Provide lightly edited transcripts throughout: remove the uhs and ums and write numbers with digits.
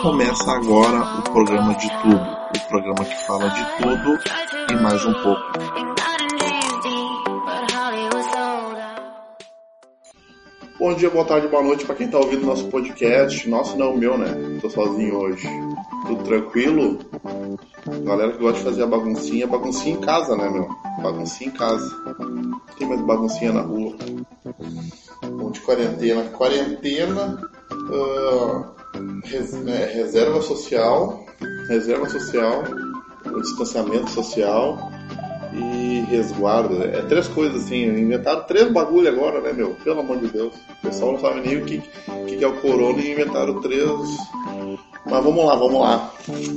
Começa agora o programa de tudo, o programa que fala de tudo e mais um pouco. Bom dia, boa tarde, boa noite para quem tá ouvindo nosso podcast. Nosso não, o meu, né? Tô sozinho hoje. Tudo tranquilo? Galera que gosta de fazer a baguncinha em casa, né, meu? Baguncinha em casa. Tem mais baguncinha na rua. Bom, de quarentena. Reserva social, o distanciamento social e resguardo. É três coisas assim, inventaram três bagulho agora, né, meu? Pelo amor de Deus. O pessoal não sabe nem o que é o corona e inventaram três. Mas vamos lá.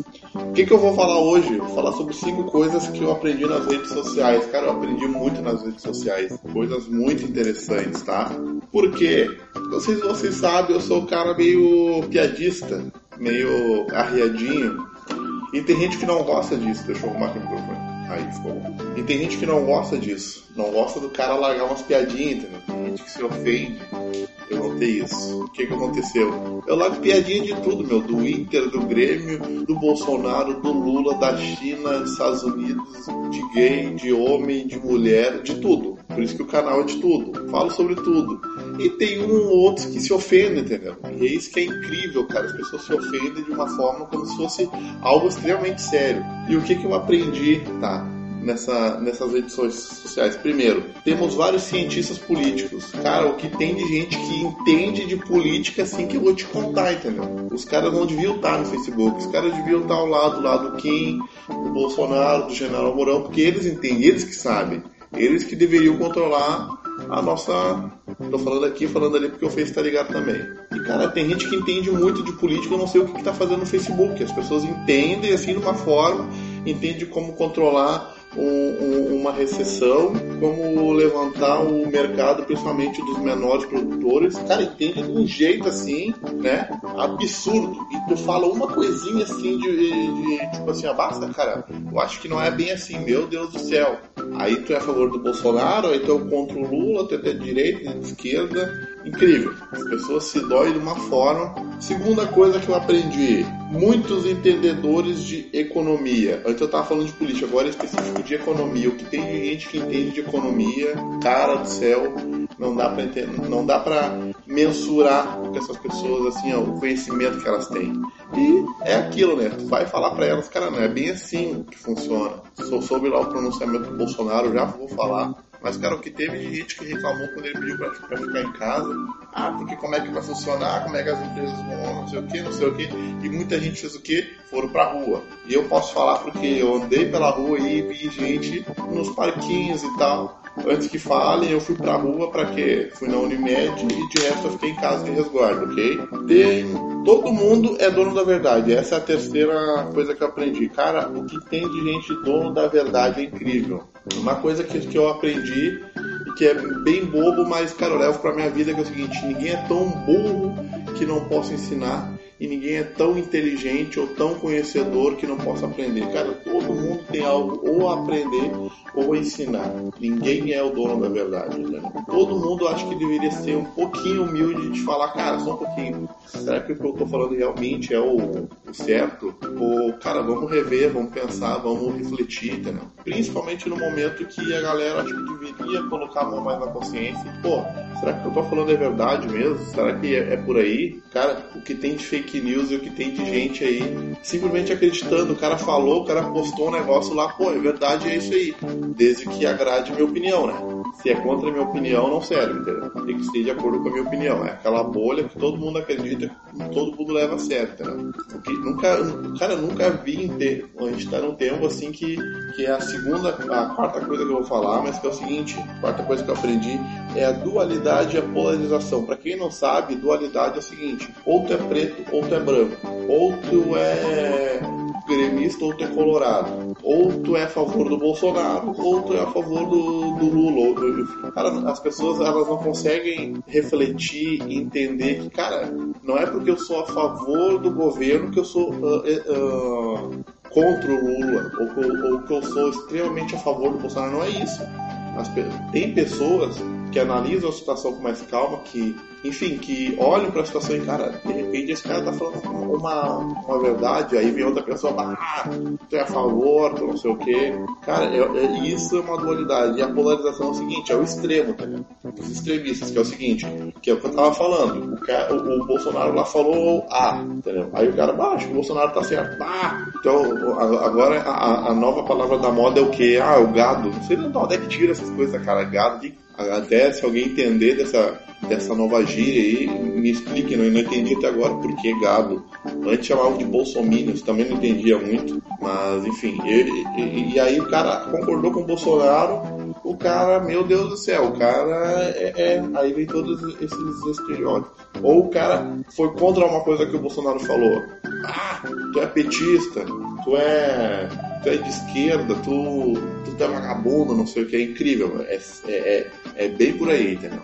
O que eu vou falar hoje? Vou falar sobre 5 coisas que eu aprendi nas redes sociais. Cara, eu aprendi muito nas redes sociais. Coisas muito interessantes, tá? Por quê? Não sei se vocês sabem, eu sou um cara meio piadista, meio arriadinho. E tem gente que não gosta disso. Deixa eu arrumar aqui o microfone. Aí, ficou bom. E tem gente que não gosta disso. Não gosta do cara largar umas piadinhas, entendeu? Tem gente que se ofende. Eu notei isso. O que aconteceu? Eu largo piadinha de tudo, meu. Do Inter, do Grêmio, do Bolsonaro, do Lula, da China, dos Estados Unidos, de gay, de homem, de mulher, de tudo. Por isso que o canal é de tudo. Falo sobre tudo. E tem um ou outro que se ofende, entendeu? E é isso que é incrível, cara. As pessoas se ofendem de uma forma como se fosse algo extremamente sério. E o que eu aprendi, tá? Nessas redes sociais. Primeiro, temos vários cientistas políticos. Cara, o que tem de gente que entende de política assim que eu vou te contar, entendeu? Os caras não deviam estar no Facebook. Os caras deviam estar ao lado lá do Kim, do Bolsonaro, do General Mourão, porque eles entendem, eles que sabem. Eles que deveriam controlar a nossa... Tô falando aqui, falando ali porque o Face tá ligado também. E, cara, tem gente que entende muito de política, eu não sei o que tá fazendo no Facebook. As pessoas entendem, assim, de uma forma, entendem como controlar uma recessão, como levantar o mercado, principalmente dos menores produtores. Cara, entende de um jeito assim, né? Absurdo. E tu fala uma coisinha assim de tipo assim, basta, cara. Eu acho que não é bem assim, meu Deus do céu. Aí tu é a favor do Bolsonaro, aí tu é contra o Lula, tu é de direita, de esquerda. Incrível. As pessoas se doem de uma forma. Segunda coisa que eu aprendi: muitos entendedores de economia. Antes eu tava falando de política, agora é específico de economia. O que tem de gente que entende de economia, cara do céu, não dá pra entender, não dá pra mensurar com essas pessoas, assim, o conhecimento que elas têm. E é aquilo, né? Tu vai falar pra elas, cara, não é bem assim que funciona. Sou sobre lá o pronunciamento do Bolsonaro, já vou falar. Mas, cara, o que teve de gente que reclamou quando ele pediu pra ficar em casa. Porque como é que vai funcionar, como é que as empresas vão, não sei o que. E muita gente fez o quê? Foram pra rua. E eu posso falar porque eu andei pela rua e vi gente nos parquinhos e tal. Antes que falem, eu fui pra rua pra quê? Fui na Unimed e de resto eu fiquei em casa de resguardo, ok? Todo mundo é dono da verdade. Essa é a terceira coisa que eu aprendi. Cara, o que tem de gente dono da verdade é incrível. Uma coisa que eu aprendi e que é bem bobo, mas, cara, eu levo pra minha vida, que é o seguinte: ninguém é tão burro que não possa ensinar, e ninguém é tão inteligente ou tão conhecedor que não possa aprender. Cara, todo mundo tem algo ou a aprender ou a ensinar. Ninguém é o dono da verdade, né? Todo mundo acho que deveria ser um pouquinho humilde de falar, cara, só um pouquinho. Será que o que eu tô falando realmente é o certo? Ou, cara, vamos rever, vamos pensar, vamos refletir, entendeu? Principalmente no momento que a galera acho que deveria colocar a mão mais na consciência. Pô, será que o que eu tô falando é verdade mesmo? Será que é por aí? Cara, o que tem de fake news e o que tem de gente aí simplesmente acreditando. O cara falou, o cara postou um negócio lá, pô, é verdade, é isso aí. Desde que agrade minha opinião, né? Se é contra a minha opinião, não serve, entendeu? Tem que ser de acordo com a minha opinião. É aquela bolha que todo mundo acredita, que todo mundo leva a sério, entendeu? Porque nunca vi a gente tá num tempo assim que é a quarta coisa que eu vou falar, mas que é o seguinte: a quarta coisa que eu aprendi é a dualidade e a polarização. Pra quem não sabe, dualidade é o seguinte: ou tu é preto ou tu é branco, ou tu é gremista ou tu é colorado, ou tu é a favor do Bolsonaro ou tu é a favor do Lula. Cara, as pessoas elas não conseguem refletir e entender que, cara, não é porque eu sou a favor do governo que eu sou contra o Lula ou que eu sou extremamente a favor do Bolsonaro. Não é isso. Tem pessoas que analisam a situação com mais calma, que, enfim, que olham para a situação e, cara, de repente esse cara tá falando uma verdade, aí vem outra pessoa, tu é a favor, tu não sei o quê. Cara, isso é uma dualidade. E a polarização é o seguinte, é o extremo, tá ligado? Os extremistas, que é o seguinte, que é o que eu tava falando, o Bolsonaro lá falou entendeu? Aí o cara, acho que o Bolsonaro tá certo. Então, agora a nova palavra da moda é o quê? O gado. Não sei de onde é que tira essas coisas, cara. Gado. Até se alguém entender dessa nova gíria aí, me explique, eu não entendi até agora por que gado. Antes chamavam de bolsominions, também não entendia muito, mas enfim. E aí o cara concordou com o Bolsonaro, o cara, meu Deus do céu, o cara aí vem todos esses estereótipos. Ou o cara foi contra uma coisa que o Bolsonaro falou. Tu é petista, tu é de esquerda, tu é vagabundo, não sei o que, é incrível. É bem por aí, entendeu?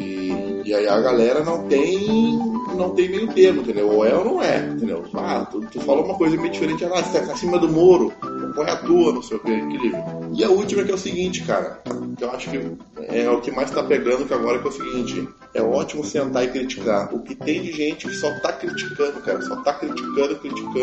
E aí a galera não tem meio termo, entendeu? Ou é ou não é, entendeu? Tu falou uma coisa meio diferente, você tá acima do Moro, põe a tua, não sei o que, é incrível. E a última que é o seguinte, cara, que eu acho que é o que mais tá pegando, que agora que é o seguinte, é ótimo sentar e criticar. O que tem de gente que só tá criticando, cara, só tá criticando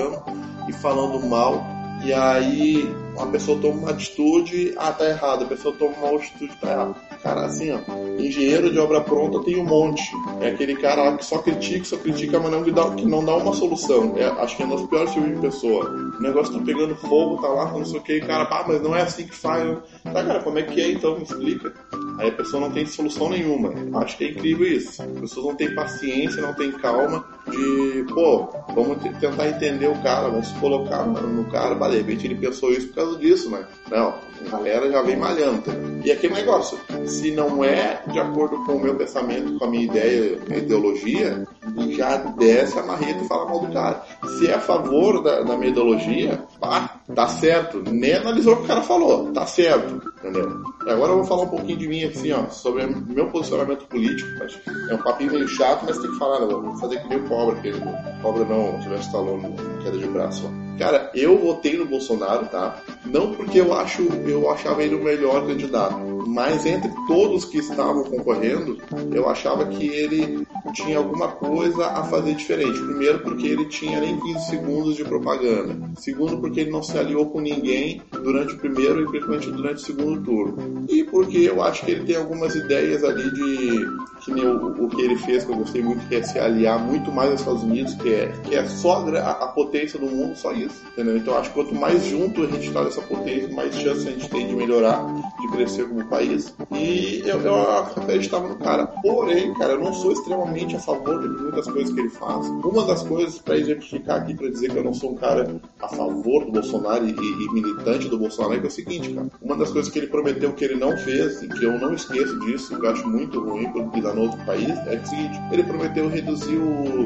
e falando mal. E aí a pessoa toma uma atitude, tá errado. A pessoa toma uma outra atitude, tá errado. Cara, assim, engenheiro de obra pronta tem um monte. É aquele cara lá que só critica, mas que não dá uma solução. Acho que é um dos piores tipos de pessoa. O negócio tá pegando fogo, tá lá, não sei o que, cara, mas não é assim que faz. Tá, cara, como é que é então? Me explica. Aí a pessoa não tem solução nenhuma. Acho que é incrível isso. As pessoas não têm paciência, não têm calma de, vamos tentar entender o cara, vamos se colocar no cara, de repente ele pensou isso por causa disso, né? Não, a galera já vem malhando. E aquele negócio, se não é de acordo com o meu pensamento, com a minha ideia, minha ideologia, já desce a marreta e fala mal do cara. Se é a favor da minha ideologia, tá certo. Nem analisou o que o cara falou, tá certo, entendeu? Agora eu vou falar um pouquinho de mim, assim, sobre meu posicionamento político. É um papinho meio chato, mas tem que falar, né? Vou fazer que nem o Cobra, Cobra não, tivesse Stallone, queda de braço, Cara, eu votei no Bolsonaro, tá? Não porque eu achava ele o melhor candidato, mas entre todos que estavam concorrendo, eu achava que ele tinha alguma coisa a fazer diferente. Primeiro, porque ele tinha nem 15 segundos de propaganda. Segundo, porque ele não se aliou com ninguém durante o primeiro e principalmente durante o segundo turno. E porque eu acho que ele tem algumas ideias ali que nem o que ele fez, que eu gostei muito, que é se aliar muito mais aos Estados Unidos, que é só a potência do mundo, só isso, entendeu? Então acho que quanto mais junto a gente está dessa potência, mais chance a gente tem de melhorar, de crescer como país. E eu acreditava no cara. Porém, cara, eu não sou extremamente a favor de muitas coisas que ele faz. Uma das coisas, para exemplificar aqui, para dizer que eu não sou um cara a favor do Bolsonaro e militante do Bolsonaro, é que é o seguinte, cara. Uma das coisas que ele prometeu que ele não fez, e que eu não esqueço disso, que eu acho muito ruim quando pisar no outro país, é o seguinte: ele prometeu reduzir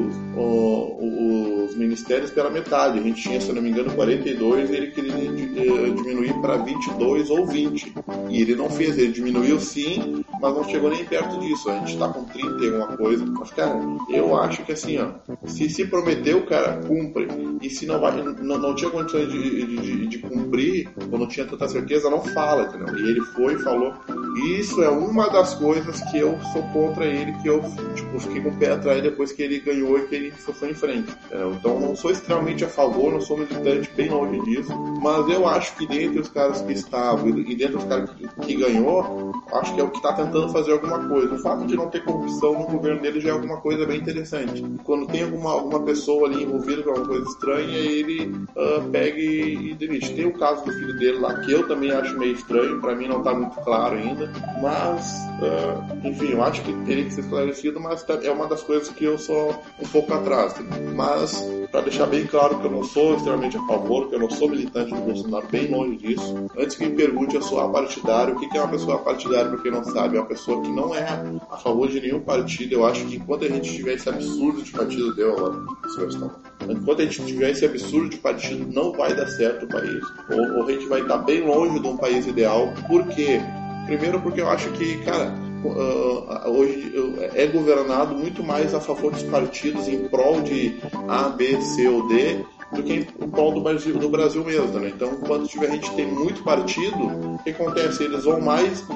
os ministérios pela metade. A gente tinha, se eu não me engano, 42, e ele queria diminuir para 22 ou 20. E ele não fez, ele diminuiu sim, mas não chegou nem perto disso. A gente tá com 30 e alguma coisa. Mas, cara, eu acho que assim, se prometeu, cara, cumpre. E se não tinha condições de cumprir, ou não tinha tanta certeza, não fala, entendeu? E ele foi e falou. Isso é uma das coisas que eu sou contra ele, que eu fiquei com o pé atrás depois que ele ganhou e que ele foi em frente. Então não sou extremamente a favor, não sou militante, bem longe disso, mas eu acho que dentre os caras que estavam e dentre os caras que ganhou, acho que é o que está tentando fazer alguma coisa. O fato de não ter corrupção no governo dele já é alguma coisa bem interessante. Quando tem alguma pessoa ali envolvida com alguma coisa estranha, ele pega e demite. Tem o caso do filho dele lá, que eu também acho meio estranho, pra mim não tá muito claro ainda, mas enfim, eu acho que teria que ser esclarecido, mas é uma das coisas que eu sou um pouco atrás. Mas, para deixar bem claro que eu não sou extremamente a favor, que eu não sou militante do Bolsonaro, bem longe disso. Antes que me pergunte, eu sou apartidário. O que é uma pessoa apartidária, para quem não sabe? É uma pessoa que não é a favor de nenhum partido. Eu acho que enquanto a gente tiver esse absurdo de partido, enquanto a gente tiver esse absurdo de partido, não vai dar certo o país. Ou a gente vai estar bem longe de um país ideal. Por quê? Primeiro porque eu acho que, cara, hoje é governado muito mais a favor dos partidos em prol de A, B, C ou D do que em prol do Brasil mesmo, né? Então, quando a gente tem muito partido, o que acontece? Eles vão mais e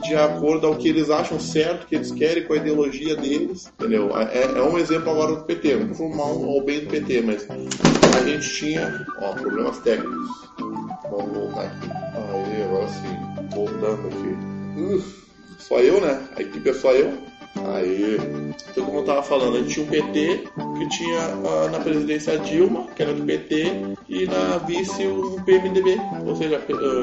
de acordo ao que eles acham certo, que eles querem com a ideologia deles, entendeu? É um exemplo agora do PT, não vou mal ou bem do PT, mas a gente tinha, problemas técnicos. Vamos voltar aqui. Aí, agora sim, voltando aqui. Só eu, né? A equipe é só eu. Aí, então, como eu tava falando, a gente tinha um PT que tinha na presidência a Dilma, que era do PT, e na vice um PMDB, ou seja,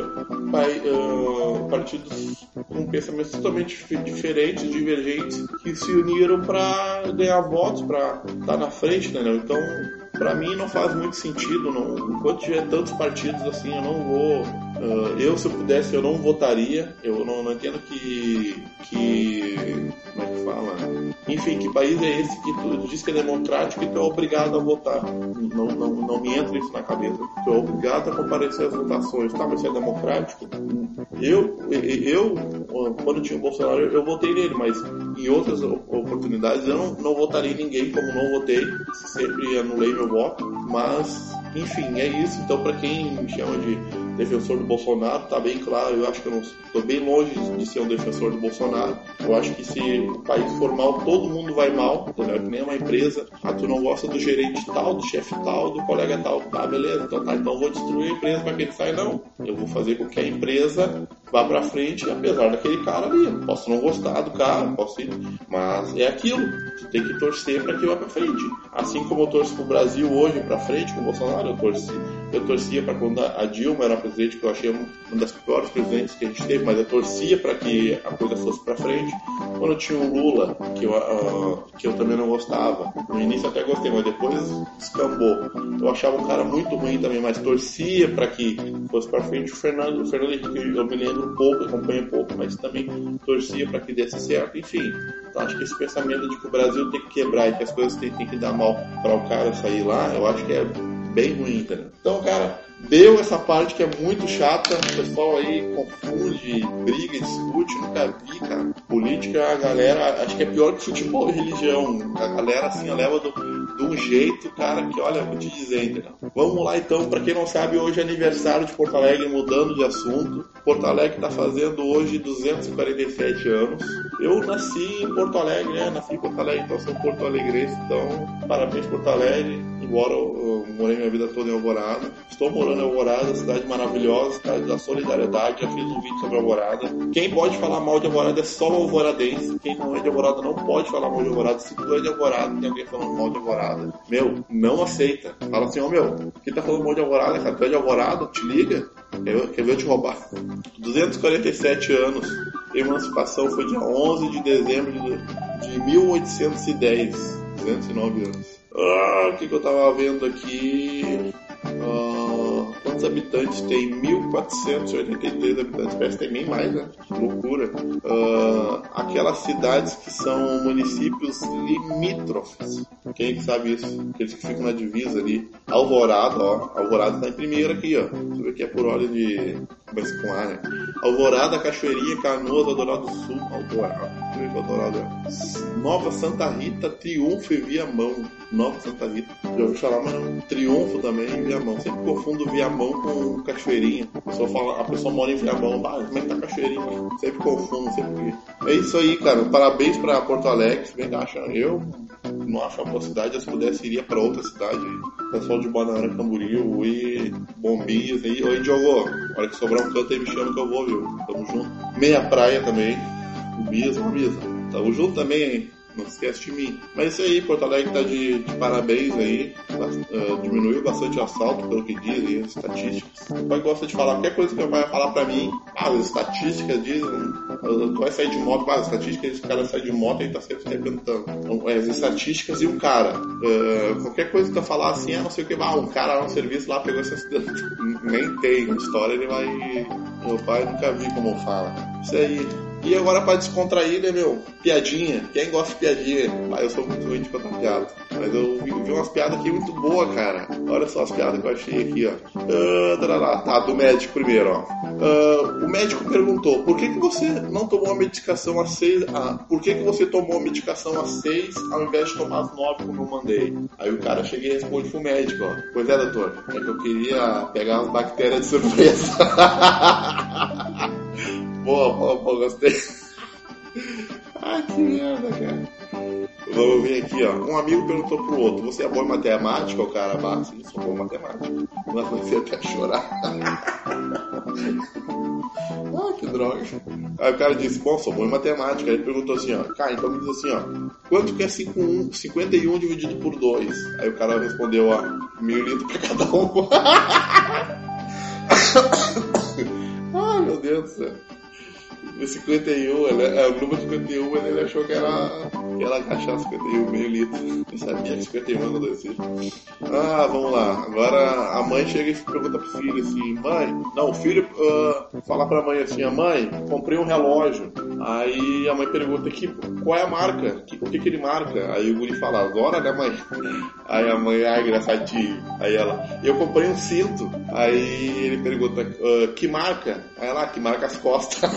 partidos com pensamentos totalmente diferentes, divergentes, que se uniram para ganhar votos, para estar na frente, entendeu? Então, pra mim não faz muito sentido, enquanto tiver tantos partidos assim, eu não vou. Se eu pudesse, eu não votaria. Eu não entendo que. Como é que fala? Enfim, que país é esse que tu diz que é democrático e tu é obrigado a votar? Não me entra isso na cabeça. Tu é obrigado a comparecer às votações. Tá, mas se é democrático? Quando tinha o Bolsonaro, eu votei nele, mas em outras oportunidades eu não votaria em ninguém, como não votei. Sempre anulei meu voto, mas enfim, é isso. Então, para quem me chama de defensor do Bolsonaro, tá bem claro, eu acho que eu não estou bem longe de ser um defensor do Bolsonaro. Eu acho que se o país for mal, todo mundo vai mal, entendeu? Que nem uma empresa, tu não gosta do gerente tal, do chefe tal, do colega tal, tá, beleza, então eu vou destruir a empresa para que ele saia, não. Eu vou fazer com que a empresa vá para frente, apesar daquele cara ali. Eu posso não gostar do cara, mas é aquilo, tu tem que torcer para que vá para frente. Assim como eu torço pro Brasil hoje para frente com o Bolsonaro, eu torcia para quando a Dilma era presidente, que eu achei uma das piores presidentes que a gente teve, mas eu torcia para que a coisa fosse para frente. Quando tinha o Lula, que eu também não gostava, no início até gostei, mas depois descambou. Eu achava um cara muito ruim também, mas torcia para que fosse para frente. O Fernando Henrique, eu me lembro pouco, acompanho pouco, mas também torcia para que desse certo. Enfim, então acho que esse pensamento de que o Brasil tem que quebrar e que as coisas tem que dar mal para o cara sair lá, eu acho que é bem ruim, entendeu? Então, cara, deu essa parte que é muito chata, o pessoal aí confunde, briga, discute, nunca vi, cara. Política, a galera, acho que é pior que futebol e religião. A galera, assim, leva de um jeito, cara, que olha, vou te dizer, entendeu? Vamos lá, então, pra quem não sabe, hoje é aniversário de Porto Alegre, mudando de assunto. Porto Alegre tá fazendo hoje 247 anos. Eu nasci em Porto Alegre, né? Nasci em Porto Alegre, então sou Porto Alegrense, então parabéns Porto Alegre. Embora eu morei minha vida toda em Alvorada. Estou morando em Alvorada, cidade maravilhosa, cidade da solidariedade. Já fiz um vídeo sobre Alvorada. Quem pode falar mal de Alvorada é só o alvoradense. Quem não é de Alvorada não pode falar mal de Alvorada. Se tu é de Alvorada, tem alguém falando mal de Alvorada, não aceita. Fala assim, quem tá falando mal de Alvorada, cara? Tu é de Alvorada? Te liga? Quer ver eu te roubar? 247 anos. Emancipação foi dia 11 de dezembro de 1810. 209 anos. O que eu tava vendo aqui? Quantos habitantes tem? 1.483 habitantes. Parece que tem bem mais, né? Loucura. Aquelas cidades que são municípios limítrofes. Quem é que sabe isso? Aqueles que ficam na divisa ali. Alvorada, Alvorada tá em primeiro aqui, ó. Deixa eu ver que é por ordem de... Começa com A, né? Alvorada, Cachoeirinha, Canoas, Eldorado do Sul. Alvorada. Deixa eu ver que Eldorado é. Nova Santa Rita, Triunfo e Viamão. Nova Santa Rita. Já ouvi falar, mas não. Triunfo também e Viamão. Sempre confundo Viamão com Cachoeirinha. A pessoa mora em Viamão. Como é que tá Cachoeirinha? Sempre confundo, sempre. É isso aí, cara. Parabéns pra Porto Alegre. Se bem que eu não acho uma boa cidade. Se pudesse, iria pra outra cidade. Pessoal de Banana, Camboriú e Bombinhas aí. Oi, Diogo. Na hora que sobrar um canto aí, me chama que eu vou, viu? Tamo junto. Meia Praia também. Bisa. Tamo junto também, hein? Não esquece de mim. Mas isso aí, Porto Alegre tá de parabéns aí. Diminuiu bastante o assalto, pelo que dizem as estatísticas. O pai gosta de falar qualquer coisa que meu pai vai falar pra mim. As estatísticas dizem, tu vai sair de moto, as estatísticas, esse cara sai de moto e tá sempre se arrebentando. Então, as estatísticas e o cara. Qualquer coisa que tu falar assim, não sei o que, um cara lá no serviço lá pegou esse acidente. Nem tem história, ele vai. Meu pai nunca vi como fala. Isso aí. E agora pra descontrair, né, piadinha. Quem gosta de piadinha? Eu sou muito ruim de contar piada. Mas eu vi umas piadas aqui muito boas, cara. Olha só as piadas que eu achei aqui, ó. Tá, do médico primeiro, ó. O médico perguntou, por que você não tomou a medicação às 6? Por que você tomou a medicação às 6 ao invés de tomar às 9 como eu mandei? Aí o cara chega e responde pro médico, ó. Pois é, doutor. É que eu queria pegar as bactérias de surpresa. Boa, gostei. Ai, que merda, cara. Vamos ver aqui, ó. Um amigo perguntou pro outro: você é bom em matemática? O cara, sim, sou bom em matemática. Mas comecei até a chorar. Ah, que droga. Aí o cara disse: bom, sou bom em matemática. Aí ele perguntou assim, ó: cara, então me diz assim, ó, quanto que é 51 dividido por 2? Aí o cara respondeu, ó, meio litro pra cada um. Ai, meu Deus do céu. O 51, o número 51, ele achou que era cachaça 51, meio litro. Eu sabia que 51 era 2 litros. Ah, vamos lá. Agora a mãe chega e pergunta pro filho assim, o filho fala pra mãe assim, mãe, comprei um relógio. Aí a mãe pergunta aqui, qual é a marca? O que ele marca? Aí o guri fala, agora, né, mãe? Aí a mãe, engraçadinho. Aí ela, eu comprei um cinto. Aí ele pergunta, que marca? Aí ela, que marca as costas.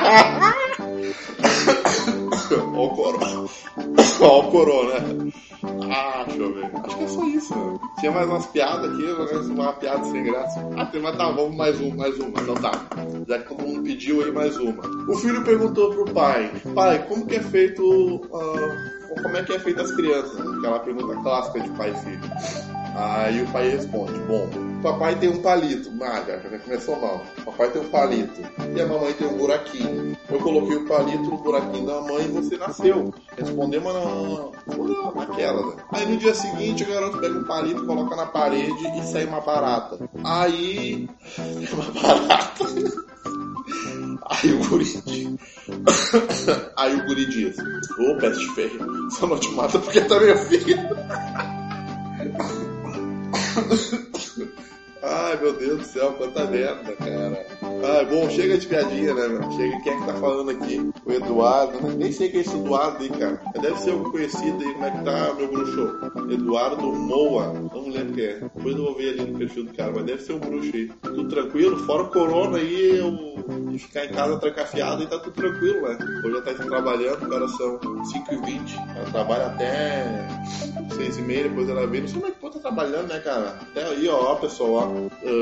Ó o coro, né? Deixa eu ver. Acho que é só isso, né? Tinha mais umas piadas aqui, uma piada sem graça. Mas tá, vamos mais uma. Então tá. Já que todo mundo pediu aí mais uma. O filho perguntou pro pai, como que é feito. Como é que é feito as crianças? Aquela pergunta clássica de pai e filho. Aí o pai responde, bom, papai tem um palito, já começou mal. Papai tem um palito e a mamãe tem um buraquinho. Eu coloquei o palito no buraquinho da mãe e você nasceu. Respondemos naquela, né? Aí no dia seguinte o garoto pega um palito, coloca na parede e sai uma barata. Aí uma barata. Aí o guri diz, ô peste feia, só não te mata porque tá meu filho. Ai, meu Deus do céu, quanta merda, cara. Bom, chega de piadinha, né, meu? Chega, quem é que tá falando aqui? O Eduardo, nem sei quem é esse Eduardo aí, cara. Deve ser algum conhecido aí, como é que tá, meu bruxo? Eduardo Moa, não lembro quem é. Depois eu vou ver ali no perfil do cara, mas deve ser um bruxo aí. Tudo tranquilo? Fora o corona aí, e ficar em casa trancafiado e tá tudo tranquilo, né? Hoje eu tô trabalhando, agora são 5h20. Ela trabalha até 6h30, depois ela vem. Não sei como é que pode estar trabalhando, né, cara? Até aí, ó, pessoal, ó.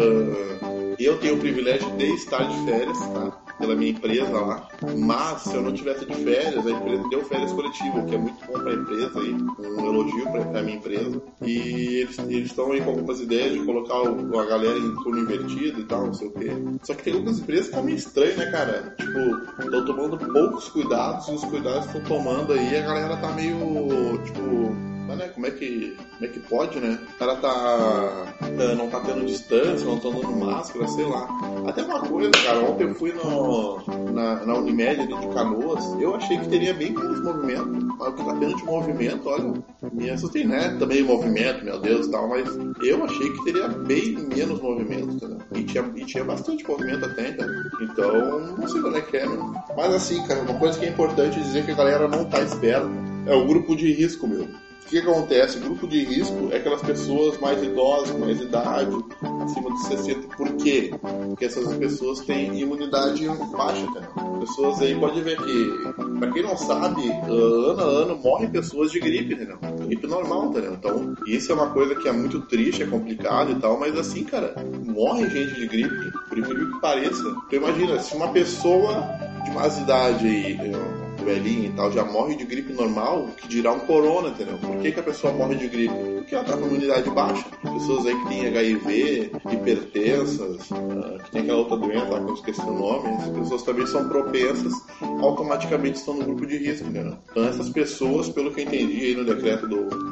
Eu tenho o privilégio de estar de férias, tá? Pela minha empresa lá. Mas, se eu não tivesse de férias, a empresa deu férias coletivo, que é muito bom pra empresa aí. Um elogio pra minha empresa. E eles estão aí com algumas ideias de colocar a galera em turno invertido e tal, não sei o quê. Só que tem algumas empresas que tá meio estranho, né, cara? Tipo, estão tomando poucos cuidados e os cuidados que estão tomando aí, a galera tá meio, tipo... né? Como é que pode, né? O cara não tá tendo distância, não tá usando máscara, sei lá. Até uma coisa, cara, ontem eu fui na Unimed ali de Canoas, eu achei que teria bem menos movimento, mas o que tá tendo de movimento, olha, me assustei, né? Também movimento, meu Deus e tal, mas eu achei que teria bem menos movimento, entendeu? E tinha bastante movimento até, entendeu? Então, não sei qual é que é, meu. Mas assim, cara, uma coisa que é importante dizer que a galera não tá esperta é o grupo de risco, meu. O que acontece? O grupo de risco é aquelas pessoas mais idosas, com mais idade, acima de 60. Por quê? Porque essas pessoas têm imunidade baixa, entendeu? Pessoas aí, pode ver que, pra quem não sabe, ano a ano morrem pessoas de gripe, entendeu? Gripe normal, entendeu? Então, isso é uma coisa que é muito triste, é complicado e tal, mas assim, cara, morre gente de gripe, por incrível que pareça. Então imagina, se uma pessoa de mais idade aí, velhinha e tal, já morre de gripe normal, que dirá um corona, entendeu? Por que a pessoa morre de gripe? Porque ela tá com imunidade baixa. Pessoas aí que têm HIV, hipertensas, que tem aquela outra doença lá que eu esqueci o nome, essas pessoas também são propensas, automaticamente estão no grupo de risco, entendeu? Então essas pessoas, pelo que eu entendi aí no decreto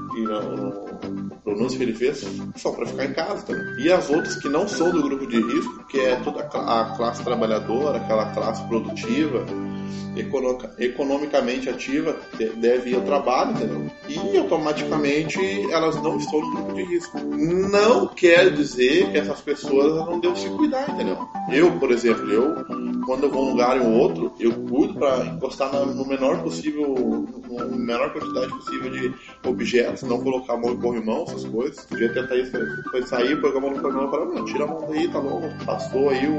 no pronúncio que ele fez, são para ficar em casa também. E as outras que não são do grupo de risco, que é toda a classe trabalhadora, aquela classe produtiva, economicamente ativa, deve ir ao trabalho, entendeu? E automaticamente elas não estão no grupo de risco. Não quer dizer que essas pessoas não devem se cuidar, entendeu? Eu, por exemplo, quando eu vou num lugar ou outro, eu cuido para encostar no menor possível, na menor quantidade possível de objetos, não colocar a mão em corrimão, essas coisas. O dia até tá isso, foi sair, pôr a mão no corrimão e falar, não, tira a mão daí, tá bom, passou aí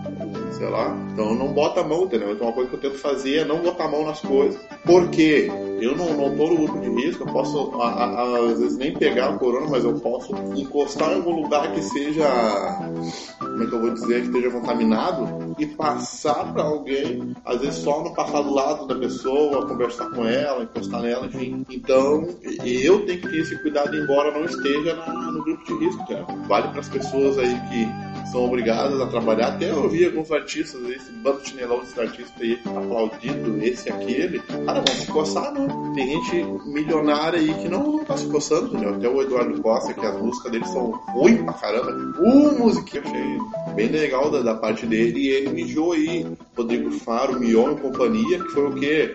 sei lá, então não bota a mão, entendeu? Então uma coisa que eu tento fazer é não botar a mão nas coisas. Por quê? eu não tô no grupo de risco, eu posso, às vezes, nem pegar o corona, mas eu posso encostar em algum lugar que seja, como é que eu vou dizer, que esteja contaminado e passar para alguém, às vezes só não passar do lado da pessoa, conversar com ela, encostar nela, enfim. Então, eu tenho que ter esse cuidado, embora não esteja no grupo de risco, cara. Vale para as pessoas aí que são obrigadas a trabalhar. Até eu vi alguns artistas, esse bando de chinelão desses artistas aí, aplaudindo esse e aquele. Cara, vão se coçar, né? Tem gente milionária aí que não tá se coçando, entendeu? Até o Eduardo Costa, que as músicas dele são ruins pra caramba. Musiquinha, achei bem legal da parte dele. E ele mijou aí, Rodrigo Faro, Mion e companhia, que foi o quê?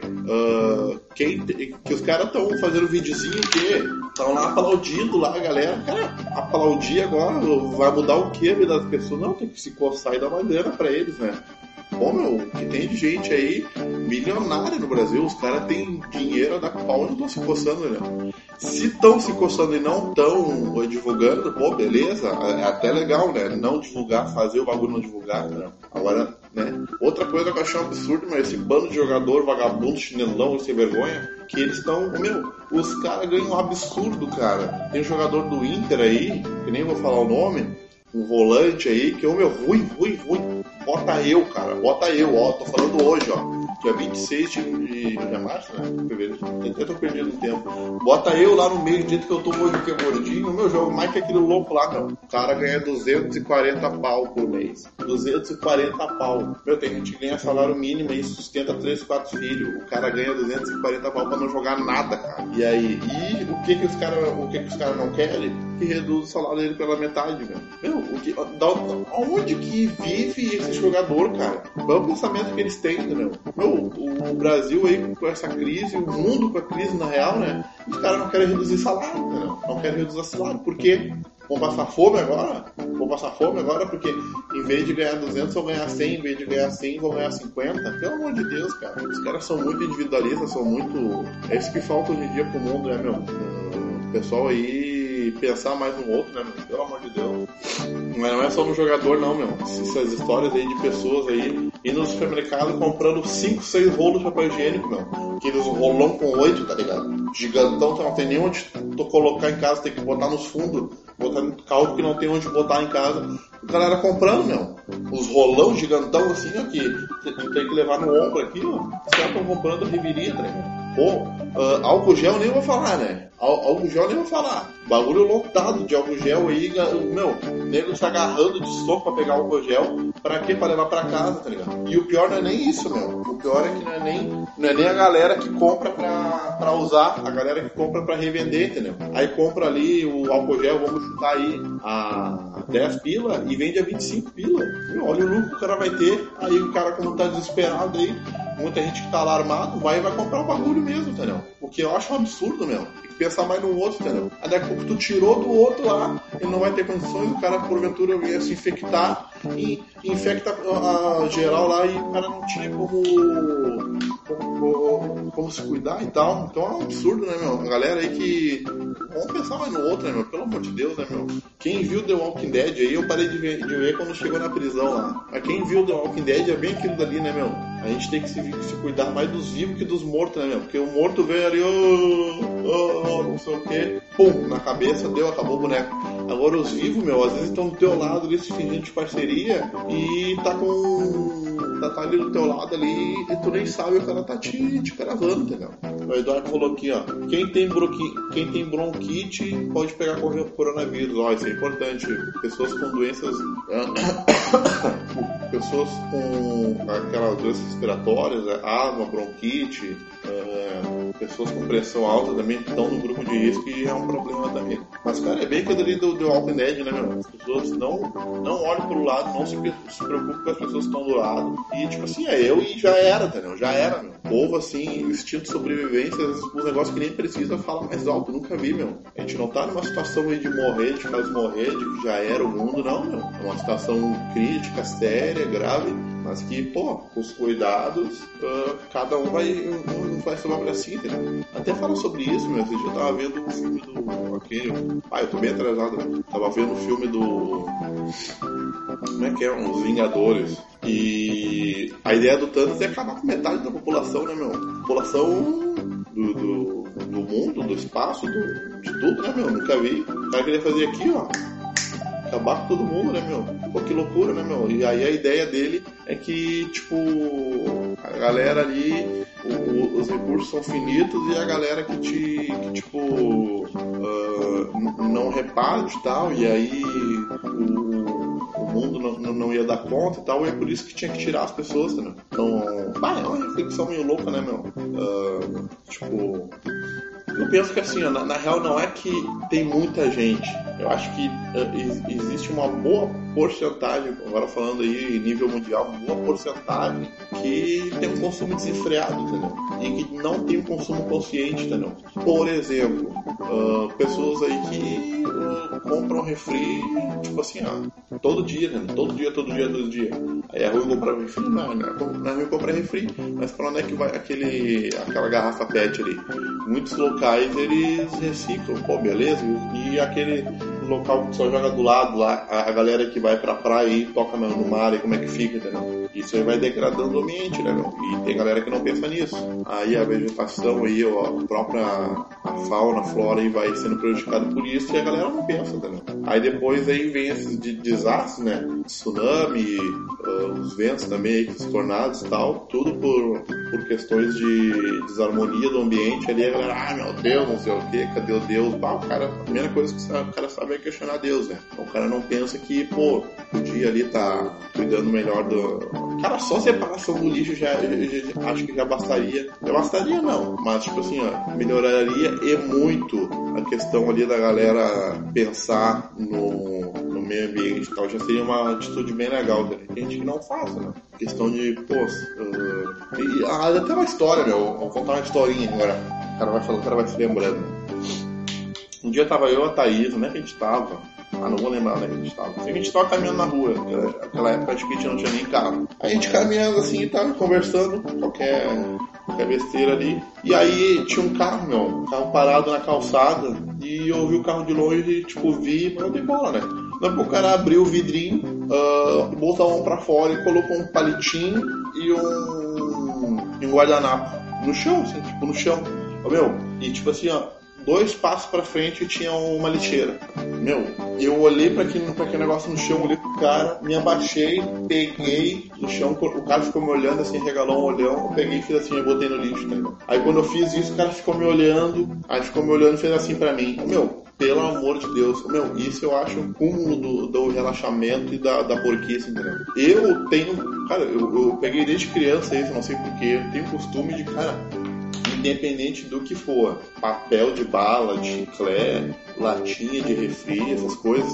Que os caras estão fazendo videozinho que estão lá aplaudindo lá, a galera. Cara, aplaudir agora vai mudar o que a vida das pessoas? Não, tem que se coçar e dar uma grana pra eles, né? Bom, meu, que tem de gente aí milionária no Brasil, os caras têm dinheiro a dar pau e não estão se coçando, né? Se estão se coçando e não estão divulgando, pô, beleza, é até legal, né? Não divulgar, fazer o bagulho não divulgar, né? Agora, né? Outra coisa que eu achei um absurdo, mas esse bando de jogador, vagabundo, chinelão e sem vergonha, que eles estão, os caras ganham um absurdo, cara. Tem um jogador do Inter aí, que nem vou falar o nome, um volante aí, que é ruim. Bota eu, cara. Bota eu, ó. Tô falando hoje, ó. Dia 26 de março, né? Fevereiro. Eu tô perdendo o tempo. Bota eu lá no meio, do jeito que eu tô hoje, que é gordinho. O meu jogo mais que aquele louco lá, meu. O cara ganha 240 pau por mês. 240 pau. Meu, tem gente que ganha salário mínimo e sustenta 3, 4 filhos. O cara ganha 240 pau pra não jogar nada, cara. E aí? E o que os caras não querem? Que reduz o salário dele pela metade, meu. Aonde que vive esse jogador, cara? Qual é o pensamento que eles têm, entendeu? O Brasil aí com essa crise, o mundo com a crise na real, né? Os caras não querem reduzir salário, entendeu? Não querem reduzir salário. Por quê? Vão passar fome agora? Porque em vez de ganhar 200 vão ganhar 100, em vez de ganhar 100 vão ganhar 50. Pelo amor de Deus, cara. Os caras são muito individualistas, são muito... É isso que falta hoje em dia pro mundo, né, meu? O pessoal aí pensar mais no outro, né, meu? Pelo amor de Deus. Não é só no jogador, não, meu. Essas histórias aí de pessoas aí indo no supermercado comprando 5, 6 rolos de papel higiênico, meu. Aqueles rolão com 8, tá ligado? Gigantão, que não tem nem onde tu colocar em casa, tem que botar nos fundos, botar no caldo que não tem onde botar em casa. O galera comprando, meu. Os rolão gigantão assim, ó, que tu tem que levar no ombro aqui, ó. Os caras estão comprando reviria, tá ligado? Pô, álcool gel nem vou falar, né? Álcool gel nem vou falar. Bagulho lotado de álcool gel aí, meu, o nego tá agarrando de soco pra pegar álcool gel. Pra quê? Pra levar pra casa, tá ligado? E o pior não é nem isso, meu. O pior é que não é nem a galera que compra pra usar, a galera que compra pra revender, entendeu? Aí compra ali o álcool gel, vamos chutar aí a 10 pila e vende a 25 pila. Meu, olha o lucro que o cara vai ter. Aí o cara, como tá desesperado aí, muita gente que tá lá armado, vai comprar o bagulho mesmo, entendeu? O que eu acho um absurdo, meu. Tem que pensar mais no outro, entendeu? Aí daqui a pouco tu tirou do outro lá, ele não vai ter condições, o cara porventura ia se infectar e infecta a geral lá e o cara não tinha como se cuidar e tal. Então é um absurdo, né, meu? A galera aí que... Vamos pensar mais no outro, né, meu? Pelo amor de Deus, né, meu? Quem viu The Walking Dead aí, eu parei de ver quando chegou na prisão lá. Mas quem viu The Walking Dead é bem aquilo dali, né, meu? A gente tem que se cuidar mais dos vivos que dos mortos, né, meu? Porque o morto veio ali, não sei o que, pum, na cabeça, acabou o boneco. Agora os vivos, meu, às vezes estão do teu lado ali, se fingindo de parceria e tá ali do teu lado ali e tu nem sabe, o cara tá te caravando, entendeu? O Eduardo falou aqui, ó, quem tem bronquite pode pegar coronavírus. Ó, isso é importante. Pessoas com doenças pessoas com aquelas doenças respiratórias, asma, bronquite, pessoas com pressão alta também estão no grupo de risco e é um problema também. Mas, cara, é bem aquilo ali do Walking Dead, né, meu? As pessoas não olham pro lado, não se preocupam com as pessoas que estão do lado. E, tipo assim, é eu e já era, entendeu? Já era, meu. O povo, assim, o instinto de sobrevivência, às vezes, um negócio que nem precisa falar mais alto. Nunca vi, meu. A gente não tá numa situação aí de morrer, de quase morrer, de que já era o mundo, não, meu. É uma situação crítica, séria, grave, mas que, pô, com os cuidados, cada um vai se uma assim, entendeu? Até fala sobre isso, meu. Esse dia eu tava vendo o filme do... eu tô bem atrasado, né? Tava vendo o filme do... Como é que é? Os Vingadores. E a ideia do Thanos é acabar com metade da população, né, meu? A população do mundo, do espaço, de tudo, né, meu? Nunca vi. O cara queria fazer aqui, ó. Acabar com todo mundo, né, meu? Pô, que loucura, né, meu? E aí a ideia dele é que, tipo, a galera ali, os recursos são finitos e a galera que tipo, não reparte e tal, e aí o mundo não ia dar conta e tal, e é por isso que tinha que tirar as pessoas, né? Então, é uma reflexão meio louca, né, meu? Tipo... Eu penso que assim, ó, na real não é que tem muita gente. Eu acho que existe uma boa porcentagem, agora falando aí em nível mundial, uma boa porcentagem que tem um consumo desenfreado, entendeu? E que não tem um consumo consciente, entendeu? Por exemplo, pessoas aí que compram refri, tipo assim, ó, todo dia, né? Todo dia. Aí é ruim comprar refri? Não é ruim comprar refri, mas pra onde é que vai aquela garrafa PET ali? Muitos locais eles reciclam, pô, beleza? E aquele local que só joga do lado lá, a galera que vai pra praia e toca no mar, e como é que fica, entendeu? Isso aí vai degradando o ambiente, né, meu? E tem galera que não pensa nisso. Aí a vegetação aí, ó, a própria fauna, a flora aí vai sendo prejudicada por isso e a galera não pensa, entendeu? Aí depois aí vem esses desastres, né? Tsunami, os ventos também, os tornados e tal, tudo por questões de desarmonia do ambiente ali, a galera, meu Deus, não sei o que, cadê o Deus? O cara, a primeira coisa que o cara sabe é questionar Deus, né? Então o cara não pensa que, pô, podia ali tá cuidando melhor do... Cara, só separação do lixo já acho que já bastaria. Já bastaria não, mas tipo assim, ó, melhoraria e muito a questão ali da galera pensar no meio ambiente e tal, já seria uma atitude bem legal, né? Tem gente que não faz, né? Questão de, pô, até uma história, meu, vou contar uma historinha agora. O cara vai falando, o cara vai se lembrando. Um dia tava eu e a Thaís, onde é que a gente tava? Não vou lembrar onde é que a gente tava. A gente tava caminhando na rua, naquela época acho que a gente não tinha nem carro. A gente caminhando assim e tava conversando, qualquer besteira ali. E aí tinha um carro parado na calçada, e eu vi o carro de longe e tipo, vi, mas eu dei bola, né? O cara abriu o vidrinho, botou a mão pra fora e colocou um palitinho e um guardanapo no chão, assim, tipo, no chão. E tipo assim, ó, 2 passos pra frente tinha uma lixeira. Eu olhei pra aquele negócio no chão, olhei pro cara, me abaixei, peguei no chão, o cara ficou me olhando assim, regalou um olhão, eu peguei e fiz assim, eu botei no lixo, tá ligado? Aí quando eu fiz isso, o cara ficou me olhando e fez assim pra mim, pelo amor de Deus, isso eu acho um cúmulo do relaxamento e da porquice, entendeu? Eu tenho, cara, eu peguei desde criança isso, não sei porquê, eu tenho costume de, cara, independente do que for, papel de bala, de chiclete, latinha de refri, essas coisas,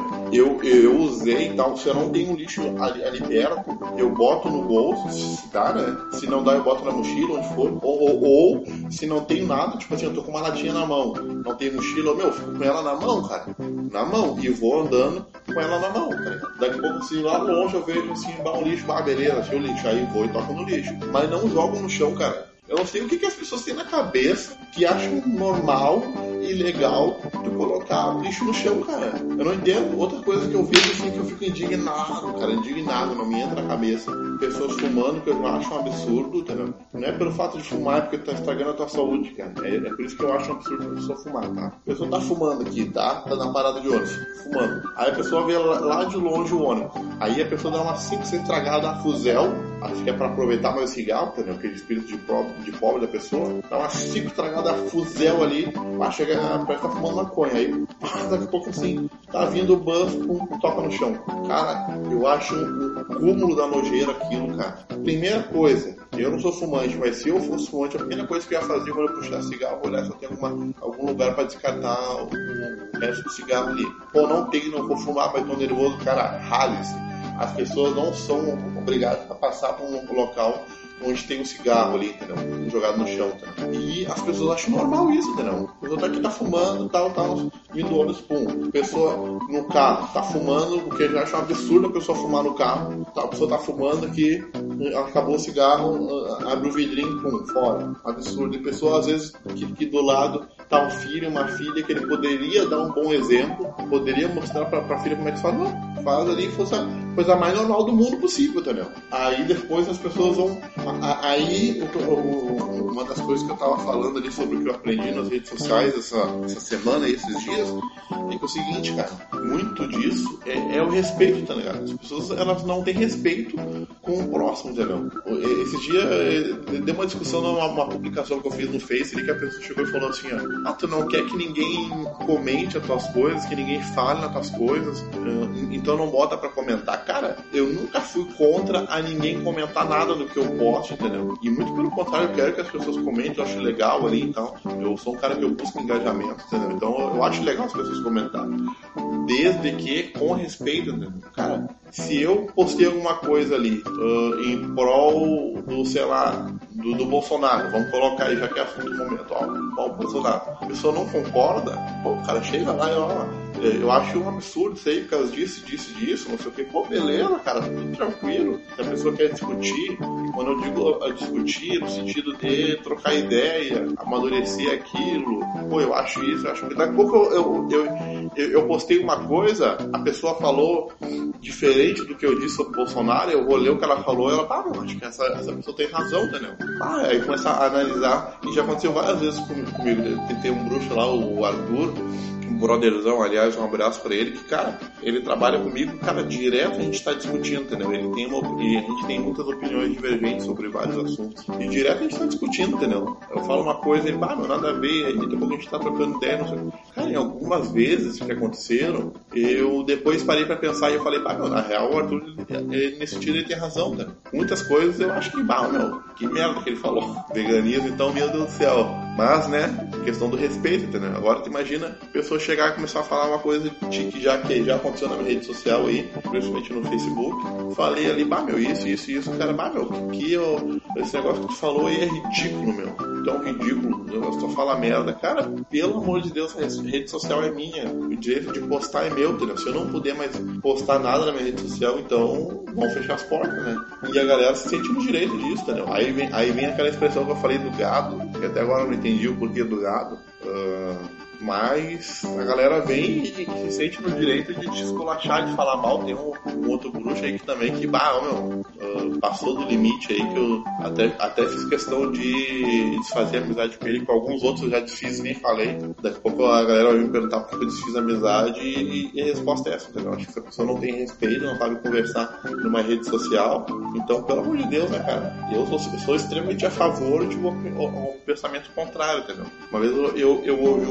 eu usei e tal, se eu não tenho um lixo ali perto, eu boto no bolso, se dá, né? Se não dá, eu boto na mochila, onde for, ou se não tenho nada, tipo assim, eu tô com uma latinha na mão, não tenho mochila, fico com ela na mão, cara, na mão, e vou andando com ela na mão, cara. Daqui a pouco, assim, lá longe eu vejo, assim, um lixo, beleza, achei o lixo, aí vou e toco no lixo, mas não jogo no chão, cara. Eu não sei o que as pessoas têm na cabeça que acham normal e legal de colocar lixo no chão, cara. Eu não entendo. Outra coisa que eu vejo assim que eu fico indignado, não me entra na cabeça. Pessoas fumando, que eu acho um absurdo, entendeu? Não é pelo fato de fumar, é porque tá estragando a tua saúde, cara. É por isso que eu acho um absurdo a pessoa fumar, tá? A pessoa tá fumando aqui, tá? Tá na parada de ônibus, fumando. Aí a pessoa vê lá de longe o ônibus. Aí a pessoa dá uma 5 tragada na fuzel, acho que é pra aproveitar mais o cigarro, entendeu? Aquele espírito de pobre da pessoa, dá umas 5 tragadas a fuzel ali, parece que tá fumando maconha. Aí, daqui a pouco assim, tá vindo o bus, toca no chão. Cara, eu acho um cúmulo da nojeira aquilo, cara. Primeira coisa, eu não sou fumante, mas se eu fosse fumante, a primeira coisa que eu ia fazer quando eu puxar cigarro, olhar se eu tenho algum lugar pra descartar o resto do cigarro ali. Pô, não tem, não vou fumar, mas tô nervoso, cara, rale-se. As pessoas não são obrigadas a passar por um local onde tem um cigarro ali, entendeu? Jogado no chão, entendeu? E as pessoas acham normal isso, entendeu? A pessoa tá aqui, tá fumando, tal, indo ônibus, pum. A pessoa no carro tá fumando, o que eu já acho um absurdo a pessoa fumar no carro. A pessoa tá fumando aqui, acabou o cigarro, abre o vidrinho, pum, fora. Absurdo. E a pessoa, às vezes, aqui do lado, tal filho, uma filha que ele poderia dar um bom exemplo, poderia mostrar pra filha como é que se faz. Não, faz ali, fosse a coisa mais normal do mundo possível, entendeu? Aí depois as pessoas vão... Aí, uma das coisas que eu tava falando ali sobre o que eu aprendi nas redes sociais essa semana e esses dias, é que é o seguinte, cara, muito disso é o respeito, tá ligado? As pessoas, elas não têm respeito com o próximo, entendeu? Esse dia deu uma discussão numa publicação que eu fiz no Face, que a pessoa chegou e falou assim, ó, tu não quer que ninguém comente as tuas coisas, que ninguém fale nas tuas coisas, então não bota pra comentar. Cara, eu nunca fui contra a ninguém comentar nada do que eu posto, entendeu? E muito pelo contrário, eu quero que as pessoas comentem, eu acho legal ali, então, eu sou um cara que eu busco engajamento, entendeu? Então eu acho legal as pessoas comentarem, desde que com respeito, entendeu? Cara, se eu postei alguma coisa ali em prol do, sei lá, do Bolsonaro, vamos colocar aí, já que é assunto do momento, ó, o Bolsonaro, a pessoa não concorda, pô, o cara chega lá e ó, eu acho um absurdo isso aí, por causa disso, não sei o que, pô, beleza, cara, tudo tranquilo. Se a pessoa quer discutir, quando eu digo discutir, no sentido de trocar ideia, amadurecer aquilo, pô, eu acho isso, eu acho que daqui a pouco eu postei uma coisa, a pessoa falou diferente do que eu disse sobre o Bolsonaro, eu vou ler o que ela falou, ela, eu acho que essa pessoa tem razão, entendeu? Aí começar a analisar, e já aconteceu várias vezes comigo. Tem um bruxo lá, o Arthur, um brotherzão, aliás, um abraço pra ele, que, cara, ele trabalha comigo, cara, direto a gente tá discutindo, entendeu? E a gente tem muitas opiniões divergentes sobre vários assuntos. E direto a gente tá discutindo, entendeu? Eu falo uma coisa, ele, meu, nada a ver, aí depois a gente tá trocando ideia, não sei. Cara, em algumas vezes que aconteceram, eu depois parei pra pensar e eu falei, meu, na real, o Arthur, nesse sentido, ele tem razão, né? Muitas coisas eu acho que, meu, que merda que ele falou. Veganismo, então, meu Deus do céu. Mas, né, questão do respeito, entendeu? Agora tu imagina a pessoa chegar e começar a falar uma coisa que já aconteceu na minha rede social aí, principalmente no Facebook. Falei ali, meu, isso, cara, meu, esse negócio que tu falou aí é ridículo, meu. Tão ridículo, eu só falo merda. Cara, pelo amor de Deus, a rede social é minha. O direito de postar é meu, entendeu? Se eu não puder mais postar nada na minha rede social, então vão fechar as portas, né? E a galera se sente no direito disso, entendeu? Aí vem aquela expressão que eu falei do gado, que até agora eu não entendi o porquê do gado. Mas a galera vem e se sente no direito de te esculachar, de falar mal. Tem um outro bruxo aí que também passou do limite aí, que eu até fiz questão de desfazer amizade com ele. Com alguns outros eu já desfiz e nem falei. Daqui a pouco a galera vai me perguntar por que eu desfiz a amizade e a resposta é essa, entendeu? Acho que essa pessoa não tem respeito, não sabe conversar numa rede social. Então, pelo amor de Deus, né, cara? Eu sou extremamente a favor de um pensamento contrário, entendeu? Uma vez eu ouvi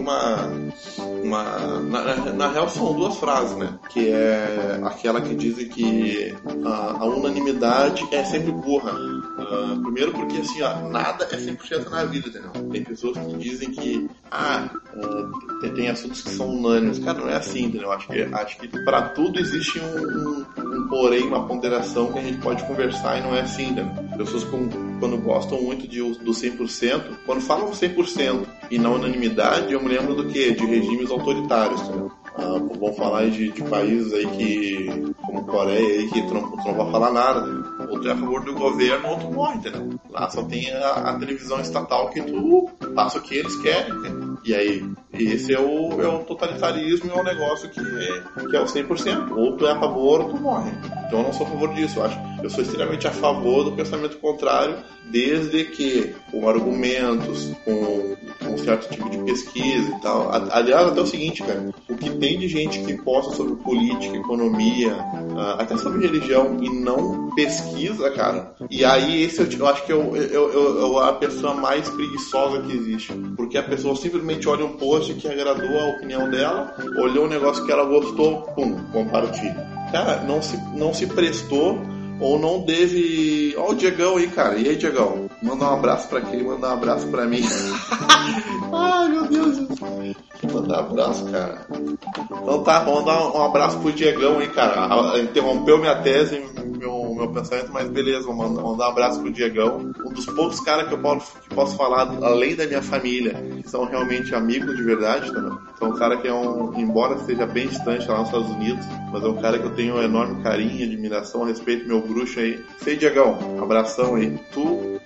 na real são duas frases, né? Que é aquela que dizem que a unanimidade é sempre burra. Primeiro porque assim, nada é 100% na vida, entendeu? Tem pessoas que dizem que tem assuntos que são unânimes. Cara, não é assim, entendeu? Acho que pra tudo existe um porém, uma ponderação que a gente pode conversar e não é assim, entendeu? Pessoas quando gostam muito do 100%, quando falam 100% e na unanimidade, eu me lembro do quê? De regimes autoritários, entendeu? Vamos falar aí de países aí como Coreia aí, que tu não vai falar nada, né? Outro é a favor do governo, outro morre, entendeu? Lá só tem a televisão estatal que tu passa o que eles querem, entendeu? E aí, esse é o totalitarismo, é um negócio que é o 100%. Ou tu é a favor ou tu morre. Então eu não sou a favor disso, eu sou extremamente a favor do pensamento contrário, desde que com argumentos, com um certo tipo de pesquisa e tal. Aliás, até o seguinte, cara, o que tem de gente que posta sobre política, economia, até sobre religião e não pesquisa, cara, e aí esse eu acho que é a pessoa mais preguiçosa que existe, porque a pessoa simplesmente olha um post que agradou a opinião dela, olhou um negócio que ela gostou, pum, compartilha. Cara, não se prestou ou não teve... Ó o Diegão aí, cara. E aí, Diegão? Manda um abraço pra quem? Manda um abraço pra mim. Ai, meu Deus. Mandar um abraço, cara. Então tá, vamos dar um abraço pro Diegão aí, cara. Interrompeu minha tese, meu pensamento, mas beleza, vou mandar um abraço pro Diegão. Um dos poucos caras que eu posso falar, além da minha família, que são realmente amigos de verdade, tá, né? Então um cara que embora seja bem distante lá nos Estados Unidos, mas é um cara que eu tenho um enorme carinho, admiração, respeito, meu bruxo aí. Sei, Diegão, abração aí. Tu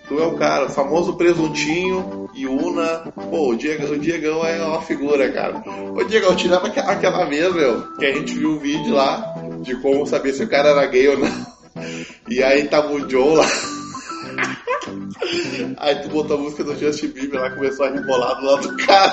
Tu é o cara, o famoso presuntinho e Una. Pô, o Diegão é uma figura, cara. Ô, Diegão, tirava aquela vez, meu, que a gente viu um vídeo lá de como saber se o cara era gay ou não. E aí tava o John lá. Aí tu botou a música do Justin Bieber lá, começou a rebolar do lado do cara.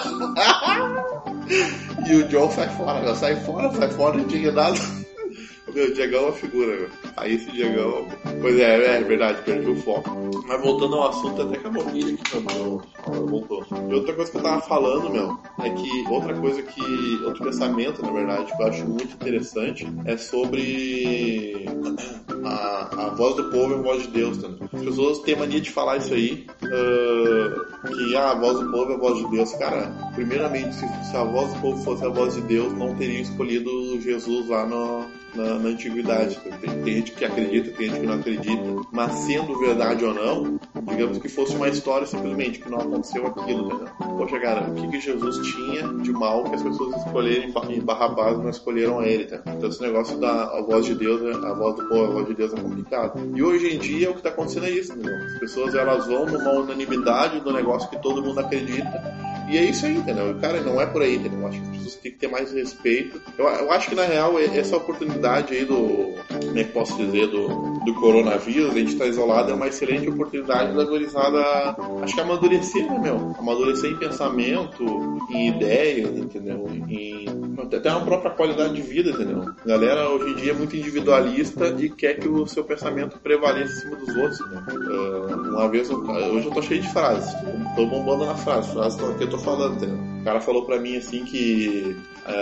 E o John sai fora, indignado. Meu, o Diegão é uma figura, meu. Aí esse Diegão... Pois é verdade, perdi o foco. Mas voltando ao assunto, até que a mobília aqui, meu, voltou. E outra coisa que eu tava falando, meu, é que outro pensamento, na verdade, que eu acho muito interessante, é sobre a voz do povo e a voz de Deus, tá? As pessoas têm mania de falar isso aí, que a voz do povo é a voz de Deus. Cara, primeiramente, se a voz do povo fosse a voz de Deus, não teriam escolhido Jesus lá na antiguidade. Tem gente que acredita, tem gente que não acredita, mas sendo verdade ou não, digamos que fosse uma história simplesmente, que não aconteceu aquilo, entendeu? Poxa, cara, o que Jesus tinha de mal que as pessoas escolherem em Barrabás não escolheram ele, tá? Então esse negócio da voz de Deus, a voz do povo, a voz de Deus é complicado. E hoje em dia o que tá acontecendo é isso, entendeu? As pessoas, elas vão numa unanimidade do negócio que todo mundo acredita, e é isso aí, entendeu? Cara, não é por aí, entendeu? Eu acho que as pessoas têm que ter mais respeito. Eu acho que, na real, essa oportunidade aí como é que posso dizer, do coronavírus, a gente tá isolado, é uma excelente oportunidade da gurizada, acho que amadurecer, né, meu? Amadurecer em pensamento, em ideias, entendeu? Até uma própria qualidade de vida, entendeu? A galera, hoje em dia, é muito individualista e quer que o seu pensamento prevaleça em cima dos outros, né? Uma vez, hoje eu tô cheio de frases, tô bombando nas frases que eu tô falando, entendeu? O cara falou pra mim assim que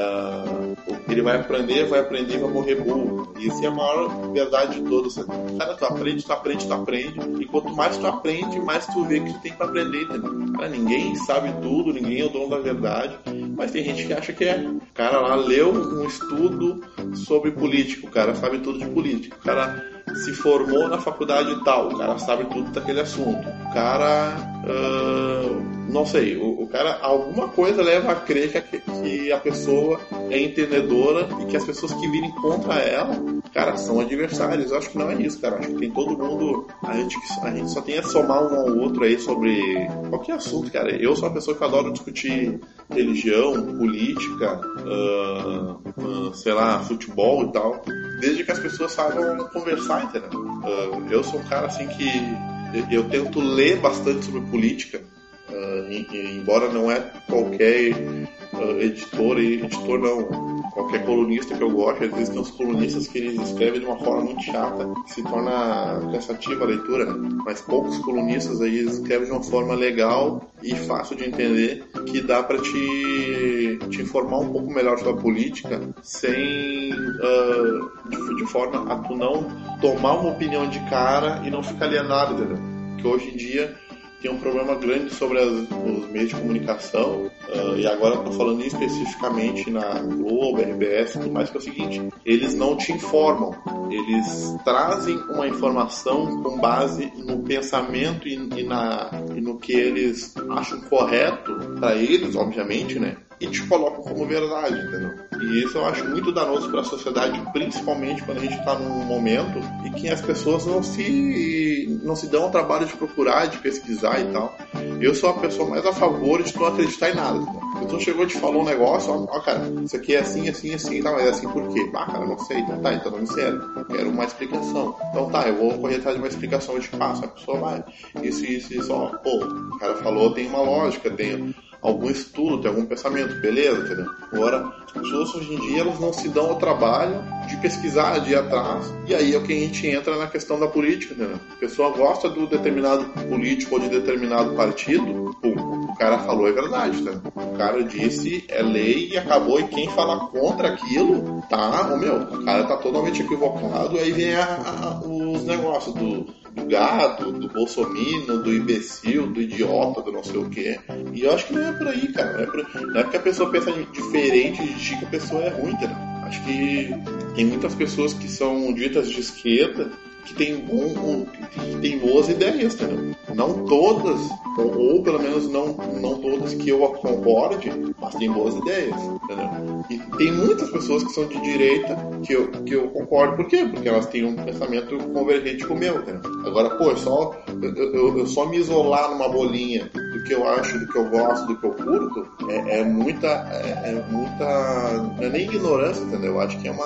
ele vai aprender e vai morrer burro. E isso é a maior verdade de todas. Cara, tu aprende. E quanto mais tu aprende, mais tu vê que tu tem pra aprender, entendeu? Cara, ninguém sabe tudo, ninguém é o dono da verdade. Mas tem gente que acha que é. O cara lá leu um estudo sobre política, o cara sabe tudo de política. O cara se formou na faculdade tal, o cara sabe tudo daquele assunto. O cara... não sei, o cara, alguma coisa leva a crer que a pessoa é entendedora e que as pessoas que virem contra ela, cara, são adversários. Eu acho que não é isso, cara. Eu acho que tem todo mundo, a gente só tem a somar um ao outro aí sobre qualquer assunto, cara. Eu sou uma pessoa que adoro discutir religião, política, sei lá, futebol e tal, desde que as pessoas saibam conversar, entendeu? Eu sou um cara assim que eu tento ler bastante sobre política, embora não é qualquer editor não, qualquer colunista que eu gosto. Às vezes tem uns colunistas que eles escrevem de uma forma muito chata, que se torna cansativa a leitura, mas poucos colunistas aí escrevem de uma forma legal e fácil de entender, que dá pra te informar um pouco melhor sobre a política, sem de forma a tu não tomar uma opinião de cara e não ficar alienado, entendeu? Porque hoje em dia tem um problema grande sobre os meios de comunicação, e agora eu estou falando especificamente na Globo, RBS, tudo mais, que é o seguinte: eles não te informam, eles trazem uma informação com base no pensamento e no que eles acham correto para eles, obviamente, né? E te colocam como verdade, entendeu? E isso eu acho muito danoso para a sociedade, principalmente quando a gente está num momento em que as pessoas não se dão ao trabalho de procurar, de pesquisar e tal. Eu sou a pessoa mais a favor de não acreditar em nada, entendeu? A pessoa chegou e te falou um negócio, ó, cara, isso aqui é assim, tá, mas é assim por quê? Ah, cara, não sei, então tá, então não me serve. Eu quero uma explicação. Então tá, eu vou correr atrás de uma explicação, eu te passo, a pessoa vai. Isso, ó, pô, o cara falou, tem uma lógica, tem algum estudo, tem algum pensamento, beleza, entendeu? Agora, as pessoas hoje em dia, elas não se dão ao trabalho de pesquisar, de ir atrás, e aí é o que a gente entra na questão da política, entendeu? A pessoa gosta do determinado político ou de determinado partido, pum, o cara falou, é verdade, né? O cara disse, é lei e acabou, e quem fala contra aquilo, tá, o cara tá totalmente equivocado, aí vem os negócios do gato, do bolsominion, do imbecil, do idiota, do não sei o que. E eu acho que não é por aí, cara. Não é porque a pessoa pensa diferente de ti que a pessoa é ruim, entendeu? Acho que tem muitas pessoas que são ditas de esquerda que tem boas ideias, entendeu? Não todas, ou pelo menos não todas que eu concorde, mas tem boas ideias, entendeu? E tem muitas pessoas que são de direita que eu concordo. Por quê? Porque elas têm um pensamento convergente com o meu, entendeu? Agora, pô, eu só me isolar numa bolinha do que eu acho, do que eu gosto, do que eu curto, é muita não é nem ignorância, entendeu? Eu acho que é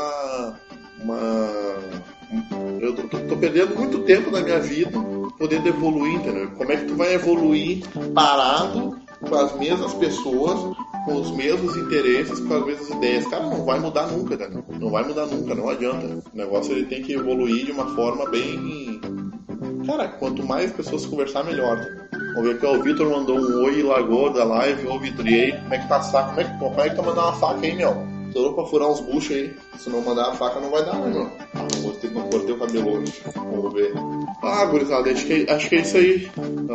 eu tô perdendo muito tempo da minha vida podendo evoluir, entendeu? Como é que tu vai evoluir parado com as mesmas pessoas, com os mesmos interesses, com as mesmas ideias? Cara, não vai mudar nunca, entendeu? Não vai mudar nunca, não adianta. O negócio ele tem que evoluir de uma forma bem... Cara, quanto mais pessoas conversar, melhor. Vamos ver aqui, ó, o Vitor mandou um oi e largou da live. Ô, Vitor, e aí? Como é que tá a faca? Como é que tá mandando uma faca aí, meu? Tô louco pra furar uns buchos aí. Se não mandar a faca, não vai dar, né, meu? Vou ter que cortar o cabelo hoje. Vamos ver. Gurizada, acho que é isso aí.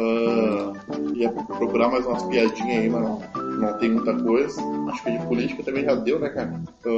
Ia procurar mais umas piadinhas aí, mas não tem muita coisa. Acho que de política também já deu, né, cara?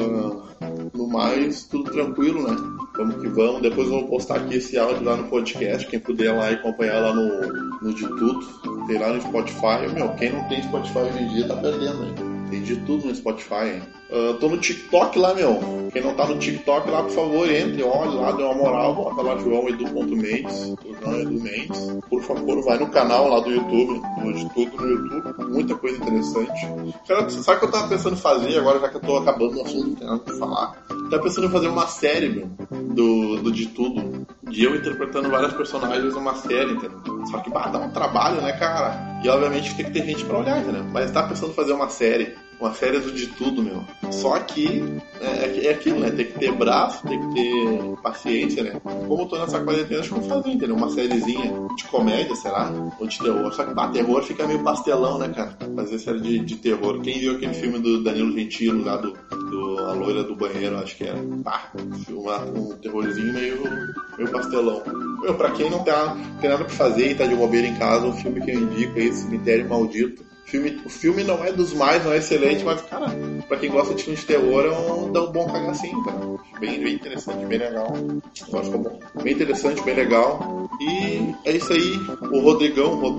No mais, tudo tranquilo, né? Vamos que vamos. Depois eu vou postar aqui esse áudio lá no podcast. Quem puder lá e acompanhar lá no De Tudo. Tem lá no Spotify. Meu, quem não tem Spotify hoje em dia tá perdendo, hein? Tem de tudo no Spotify, hein? Tô no TikTok lá, meu. Quem não tá no TikTok lá, por favor, entre, olhe lá, dê uma moral, bota lá joaoedu.mendes, o João Edu Mendes. Por favor, vai no canal lá do YouTube, de tudo no YouTube, muita coisa interessante. Cara, sabe o que eu tava pensando em fazer agora, já que eu tô acabando o assunto, não tem nada pra falar? Tava pensando em fazer uma série, meu, do De Tudo, de eu interpretando vários personagens numa série, entendeu? Só que dá um trabalho, né, cara? E obviamente tem que ter gente pra olhar, entendeu? Mas tá pensando em fazer uma série do De Tudo, meu. Só que é aquilo, né? Tem que ter braço, tem que ter paciência, né? Como eu tô nessa quarentena, acho que vou fazer, entendeu? Uma sériezinha de comédia, será? Ou de terror. Só que, terror fica meio pastelão, né, cara? Fazer série de terror. Quem viu aquele filme do Danilo Gentili lá, A Loira do Banheiro, acho que era. Filmar um terrorzinho meio pastelão. Meu, pra quem não tem nada pra fazer e tá de bobeira em casa, um filme que eu indico aí, Cemitério Maldito. O filme não é dos mais, não é excelente, mas, cara, pra quem gosta de filme de terror, dá um bom cagacinho, cara. Bem interessante, bem legal. Eu acho que é bom. Bem interessante, bem legal. E é isso aí. O Rodrigo,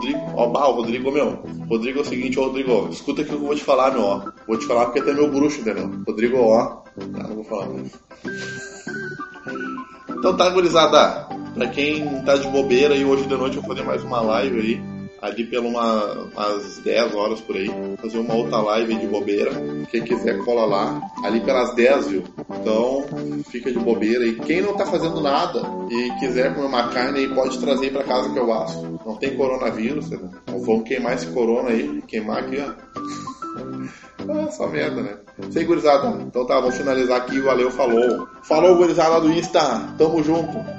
meu. Rodrigo é o seguinte, Rodrigo, escuta aqui o que eu vou te falar, meu, ó. Vou te falar porque até meu bruxo, entendeu? Rodrigo, ó. Não vou falar mais. Então tá, gurizada. Pra quem tá de bobeira e hoje de noite eu vou fazer mais uma live aí. Ali pelas umas 10 horas por aí, fazer uma outra live de bobeira. Quem quiser cola lá, ali pelas 10, viu? Então, fica de bobeira. E quem não tá fazendo nada e quiser comer uma carne aí, pode trazer pra casa que eu asso. Não tem coronavírus, né? Então, vamos queimar esse corona aí, queimar aqui, ó. Só merda, né? Isso aí, gurizada. Então tá, vou finalizar aqui. Valeu, falou. Falou, gurizada do Insta. Tamo junto.